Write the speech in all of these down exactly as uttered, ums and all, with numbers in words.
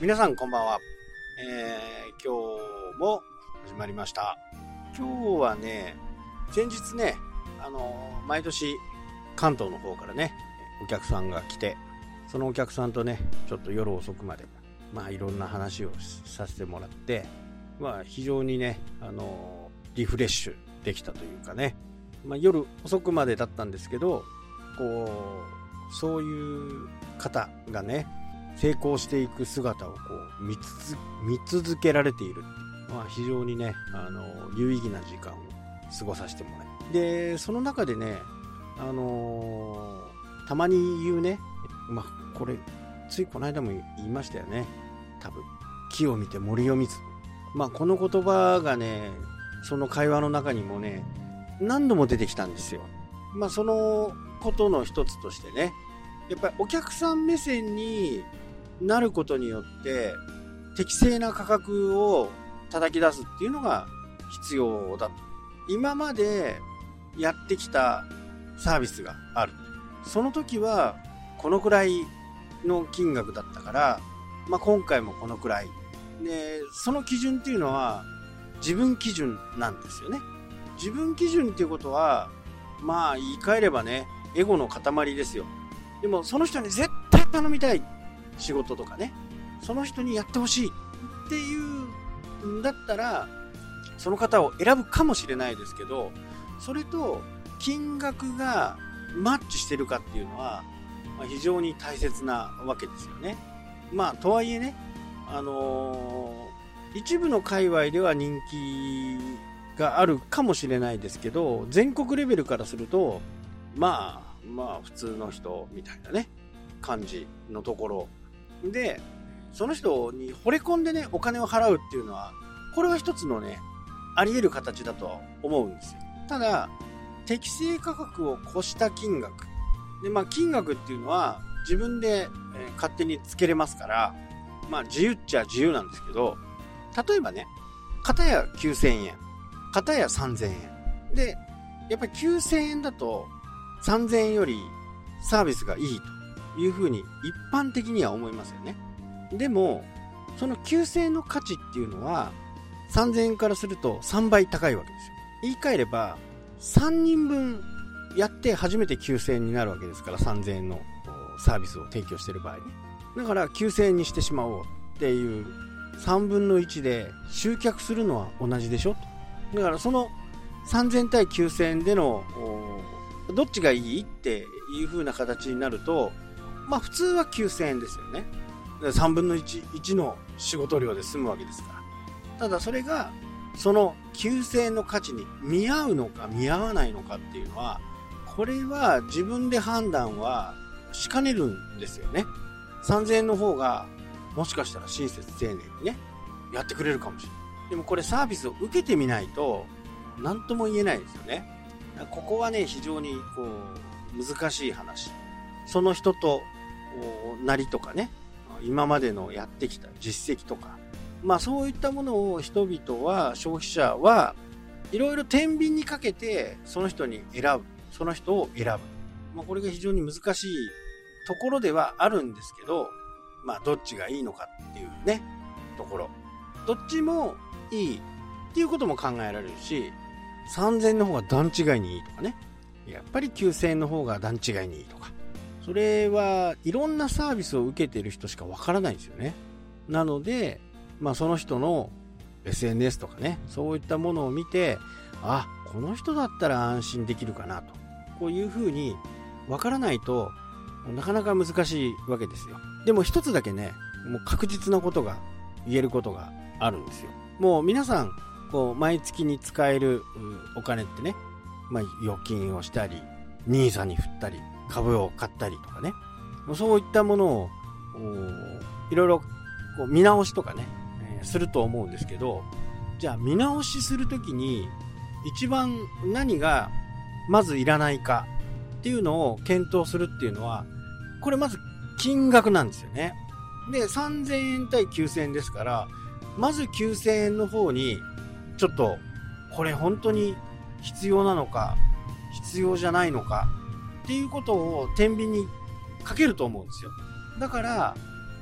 皆さんこんばんは、えー、今日も始まりました。今日はね、先日ね、あのー、毎年関東の方からねお客さんが来て、そのお客さんとねちょっと夜遅くまでまあいろんな話をさせてもらって、まあ非常にね、あのー、リフレッシュできたというかね、まあ、夜遅くまでだったんですけど、こうそういう方がね成功していく姿をこう 見, つ見続けられている、まあ、非常にね、あの有意義な時間を過ごさせてもらい、でその中でね、あのー、たまに言うね、まあこれついこの間も言いましたよね、多分木を見て森を見ず、まあこの言葉がねその会話の中にもね何度も出てきたんですよ。まあそのことの一つとしてね、やっぱりお客さん目線になることによって適正な価格を叩き出すっていうのが必要だ。今までやってきたサービスがある、その時はこのくらいの金額だったから、まあ、今回もこのくらいで、その基準っていうのは自分基準なんですよね。自分基準っていうことはまあ言い換えればね、エゴの塊ですよ。でもその人に絶対頼みたい仕事とかね、その人にやってほしいっていうんだったらその方を選ぶかもしれないですけど、それと金額がマッチしてるかっていうのは、まあ、非常に大切なわけですよね。まあとはいえね、あのー、一部の界隈では人気があるかもしれないですけど、全国レベルからするとまあまあ普通の人みたいなね感じのところで、その人に惚れ込んでねお金を払うっていうのは、これは一つのねあり得る形だとは思うんですよ。ただ適正価格を越した金額で、まあ金額っていうのは自分で、えー、勝手につけれますから、まあ自由っちゃ自由なんですけど、例えばね、片やきゅうせんえん、片やさんぜんえんで、やっぱりきゅうせんえんだとさんぜんえんよりサービスがいいというふうに一般的には思いますよね。でもそのきゅうせんえんの価値っていうのはさんぜんえんからするとさんばい高いわけですよ。言い換えればさんにんぶんやって初めてきゅうせんえんになるわけですから、さんぜんえんのサービスを提供している場合ね。だからきゅうせんえんにしてしまおうっていうさんぶんのいちで集客するのは同じでしょと。だからそのさんぜん対きゅうせんえんでのどっちがいいっていう風な形になると、まあ普通はきゅうせんえんですよね。さんぶんのいち、いちの仕事量で済むわけですから。ただそれがそのきゅうせんえんの価値に見合うのか見合わないのかっていうのは、これは自分で判断はしかねるんですよね。さんぜんえんの方がもしかしたら親切丁寧にねやってくれるかもしれない。でもこれサービスを受けてみないと何とも言えないですよね。ここはね非常にこう難しい話。その人となりとかね、今までのやってきた実績とか、まあそういったものを人々は、消費者はいろいろ天秤にかけてその人に選ぶ、その人を選ぶ、まあ、これが非常に難しいところではあるんですけど、まあどっちがいいのかっていうねところ、どっちもいいっていうことも考えられるし、さんぜんえんの方が段違いにいいとかね、やっぱりきゅうせんえんの方が段違いにいいとか、それはいろんなサービスを受けている人しかわからないんですよね。なので、まあその人の エスエヌエス とかね、そういったものを見て、あ、この人だったら安心できるかなと、こういうふうにわからないとなかなか難しいわけですよ。でも一つだけね、もう確実なことが言えることがあるんですよ。もう皆さんこう毎月に使えるお金ってね、まあ、預金をしたり ニーサ に振ったり株を買ったりとかね、そういったものをいろいろこう見直しとかね、えー、すると思うんですけど、じゃあ見直しするときに一番何がまずいらないかっていうのを検討するっていうのは、これまず金額なんですよね。でさんぜんえん対きゅうせんえんですから、まずきゅうせんえんの方にちょっとこれ本当に必要なのか必要じゃないのかっていうことを天秤にかけると思うんですよ。だから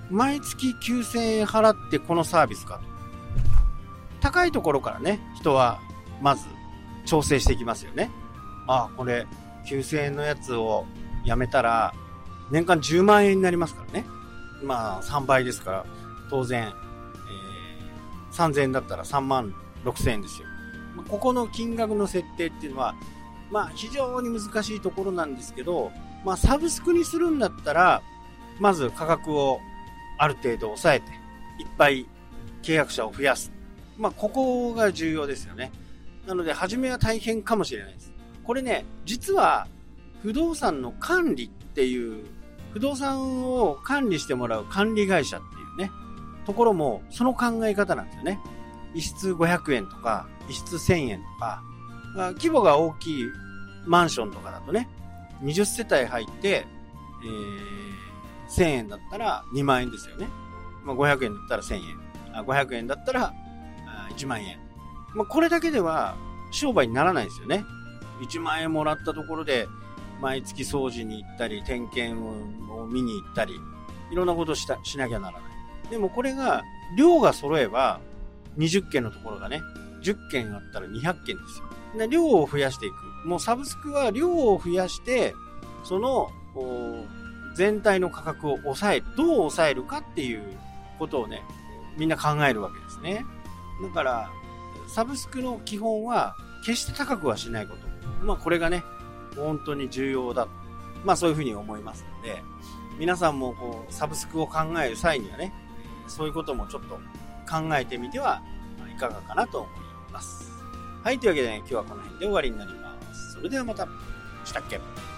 毎月きゅうせんえん払ってこのサービスかと。高いところからね、人はまず調整していきますよね。ああ、これきゅうせんえんのやつをやめたら年間じゅうまんえんになりますからね。まあさんばいですから、当然、えー、さんぜんえんだったらさんまんろくせんえんですよ。ここの金額の設定っていうのは、まあ非常に難しいところなんですけど、まあサブスクにするんだったら、まず価格をある程度抑えて、いっぱい契約者を増やす。まあここが重要ですよね。なので初めは大変かもしれないです。これね、実は不動産の管理っていう、不動産を管理してもらう管理会社っていうね、ところもその考え方なんですよね。一室ごひゃくえんとか、一室せんえんとか、規模が大きいマンションとかだとね、にじゅっせたい入って、えー、せんえんだったらにまんえんですよね。まあ、ごひゃくえんだったらせんえん。あ、ごひゃくえんだったらいちまんえん。まあ、これだけでは商売にならないですよね。いちまんえんもらったところで、毎月掃除に行ったり、点検を見に行ったり、いろんなことをした、しなきゃならない。でもこれが、量が揃えば、にじゅっけんのところがね、じゅっけんあったらにひゃっけんですよ。で、量を増やしていく。もうサブスクは量を増やして、その、全体の価格を抑え、どう抑えるかっていうことをね、みんな考えるわけですね。だから、サブスクの基本は、決して高くはしないこと。まあこれがね、本当に重要だ。まあそういうふうに思いますので、皆さんもこうサブスクを考える際にはね、そういうこともちょっと考えてみてはいかがかなと思います。はい、というわけでね、今日はこの辺で終わりになります。それではまた。したっけ。